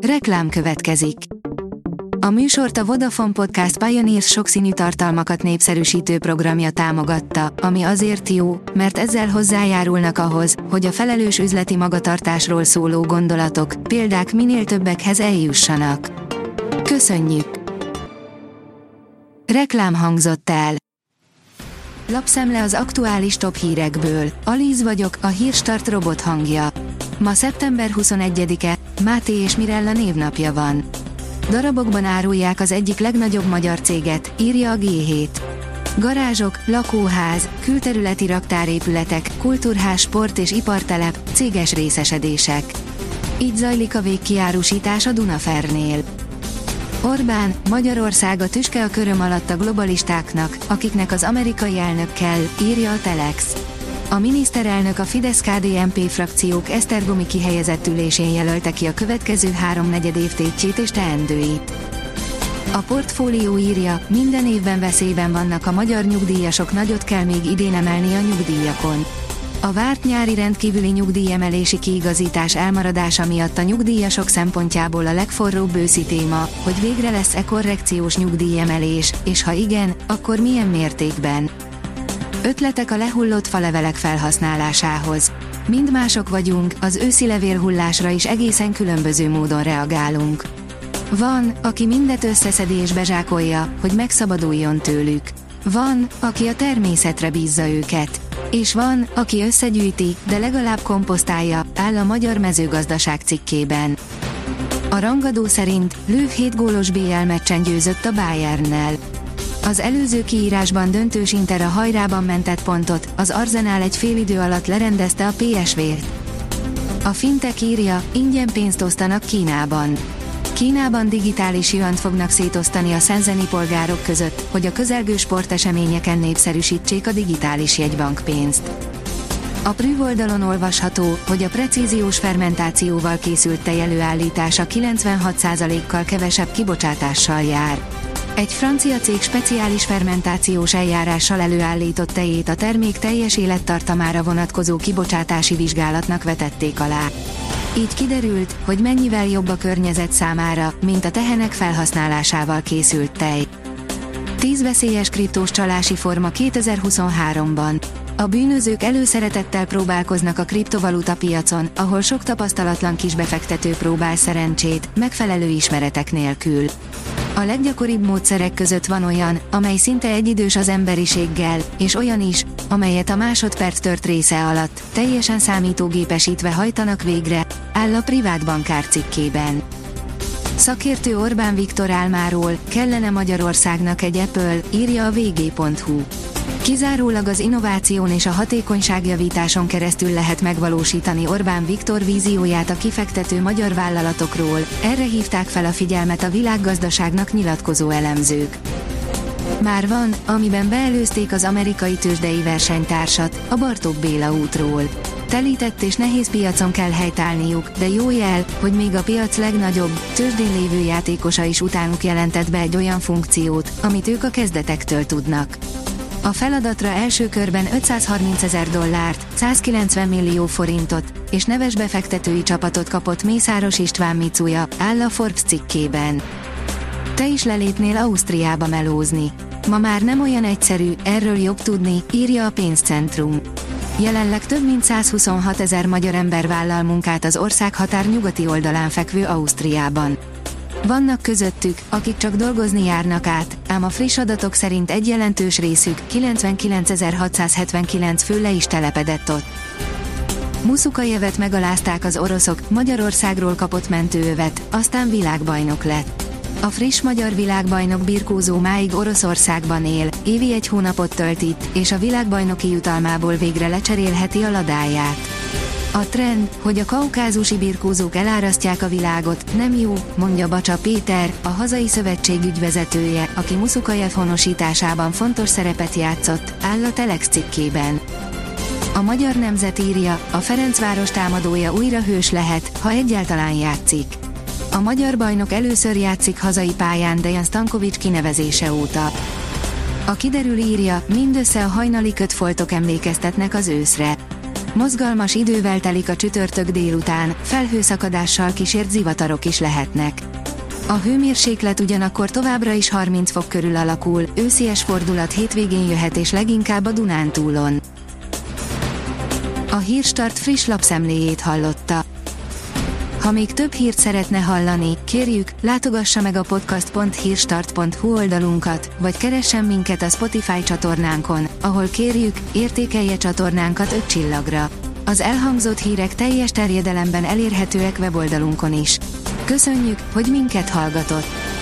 Reklám következik. A műsort a Vodafone Podcast Pioneers sokszínű tartalmakat népszerűsítő programja támogatta, ami azért jó, mert ezzel hozzájárulnak ahhoz, hogy a felelős üzleti magatartásról szóló gondolatok, példák minél többekhez eljussanak. Köszönjük! Reklám hangzott el. Lapszemle az aktuális top hírekből. Alíz vagyok, a Hírstart robot hangja. Ma szeptember 21-e, Máté és Mirella névnapja van. Darabokban árulják az egyik legnagyobb magyar céget, írja a G7. Garázsok, lakóház, külterületi raktárépületek, kultúrház, sport és ipartelep, céges részesedések. Így zajlik a végkiárusítás a Dunafernél. Orbán, Magyarország a tüske a köröm alatt a globalistáknak, akiknek az amerikai elnök kell, írja a Telex. A miniszterelnök a Fidesz-KDNP frakciók esztergomi kihelyezett ülésén jelölte ki a következő 3/4 év tétjét és teendőit. A Portfólió írja, minden évben veszélyben vannak a magyar nyugdíjasok, nagyot kell még idén emelni a nyugdíjakon. A várt nyári rendkívüli nyugdíjemelési kiigazítás elmaradása miatt a nyugdíjasok szempontjából a legforróbb őszi téma, hogy végre lesz-e korrekciós nyugdíjemelés, és ha igen, akkor milyen mértékben. Ötletek a lehullott falevelek felhasználásához. Mind mások vagyunk, az őszi levélhullásra is egészen különböző módon reagálunk. Van, aki mindet összeszedi és bezsákolja, hogy megszabaduljon tőlük. Van, aki a természetre bízza őket. És van, aki összegyűjti, de legalább komposztálja, áll a Magyar Mezőgazdaság cikkében. A rangadó szerint Löw 7 gólos BL meccsen győzött a Bayernnel. Az előző kiírásban döntős Inter a hajrában mentett pontot, az Arsenal egy félidő alatt lerendezte a PSV-t. A Fintech írja, ingyen pénzt osztanak Kínában. Kínában digitális juant fognak szétosztani a szenzeni polgárok között, hogy a közelgő sporteseményeken népszerűsítsék a digitális jegybankpénzt. A Prüv oldalon olvasható, hogy a precíziós fermentációval készült tej előállítása 96%-kal kevesebb kibocsátással jár. Egy francia cég speciális fermentációs eljárással előállított tejét a termék teljes élettartamára vonatkozó kibocsátási vizsgálatnak vetették alá. Így kiderült, hogy mennyivel jobb a környezet számára, mint a tehenek felhasználásával készült tej. 10 veszélyes kriptós csalási forma 2023-ban. A bűnözők előszeretettel próbálkoznak a kriptovaluta piacon, ahol sok tapasztalatlan kisbefektető próbál szerencsét, megfelelő ismeretek nélkül. A leggyakoribb módszerek között van olyan, amely szinte egyidős az emberiséggel, és olyan is, amelyet a másodperc tört része alatt, teljesen számítógépesítve hajtanak végre, áll a privát bankár cikkében. Szakértő Orbán Viktor álmáról, kellene Magyarországnak egy Apple, írja a vg.hu. Kizárólag az innováción és a hatékonyságjavításon keresztül lehet megvalósítani Orbán Viktor vízióját a kifektető magyar vállalatokról, erre hívták fel a figyelmet a világgazdaságnak nyilatkozó elemzők. Már van, amiben beelőzték az amerikai tőzsdei versenytársat, a Bartók Béla útról. Telített és nehéz piacon kell helytállniuk, de jó jel, hogy még a piac legnagyobb, tőzsdén lévő játékosa is utánuk jelentett be egy olyan funkciót, amit ők a kezdetektől tudnak. A feladatra első körben $530 000, 190 millió forintot, és neves befektetői csapatot kapott Mészáros István Micuja, áll a Forbes cikkében. Te is lelépnél Ausztriába melózni. Ma már nem olyan egyszerű, erről jobb tudni, írja a Pénzcentrum. Jelenleg több mint 126 000 magyar ember vállal munkát az ország határ nyugati oldalán fekvő Ausztriában. Vannak közöttük, akik csak dolgozni járnak át, ám a friss adatok szerint egy jelentős részük, 99.679 fő le is telepedett ott. Muszukajevet megalázták az oroszok, Magyarországról kapott mentőövet, aztán világbajnok lett. A friss magyar világbajnok birkózó máig Oroszországban él, évi 1 hónapot tölt itt, és a világbajnoki jutalmából végre lecserélheti a ladáját. A trend, hogy a kaukázusi birkózók elárasztják a világot, nem jó, mondja Bacsa Péter, a hazai szövetség ügyvezetője, aki Muszukajev honosításában fontos szerepet játszott, áll a Telex cikkében. A Magyar Nemzet írja, a Ferencváros támadója újra hős lehet, ha egyáltalán játszik. A magyar bajnok először játszik hazai pályán Dejan Stankovics kinevezése óta. A Kiderül írja, mindössze a hajnali kötfoltok emlékeztetnek az őszre. Mozgalmas idővel telik a csütörtök délután, felhőszakadással kísért zivatarok is lehetnek. A hőmérséklet ugyanakkor továbbra is 30 fok körül alakul, őszies fordulat hétvégén jöhet és leginkább a Dunántúlon. A Hírstart friss lapszemléjét hallotta. Ha még több hírt szeretne hallani, kérjük, látogassa meg a podcast.hírstart.hu oldalunkat, vagy keressen minket a Spotify csatornánkon, ahol kérjük, értékelje csatornánkat 5 csillagra. Az elhangzott hírek teljes terjedelemben elérhetőek weboldalunkon is. Köszönjük, hogy minket hallgatott!